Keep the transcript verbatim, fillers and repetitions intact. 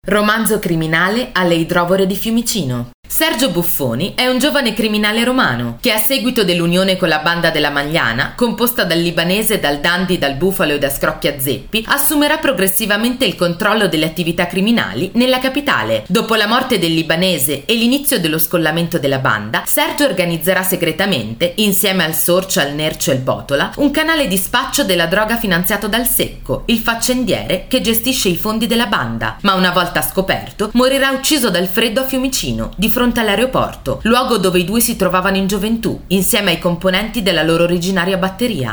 Romanzo criminale alle idrovore di Fiumicino. Sergio Buffoni è un giovane criminale romano che, a seguito dell'unione con la banda della Magliana, composta dal libanese, dal dandy, dal bufalo e da Scrocchia Zeppi, assumerà progressivamente il controllo delle attività criminali nella capitale. Dopo la morte del libanese e l'inizio dello scollamento della banda, Sergio organizzerà segretamente, insieme al Sorcio, al Nercio e al Botola, un canale di spaccio della droga finanziato dal Secco, il faccendiere che gestisce i fondi della banda, ma una volta scoperto morirà ucciso dal freddo a Fiumicino, di fronte all'aeroporto, luogo dove i due si trovavano in gioventù, insieme ai componenti della loro originaria batteria.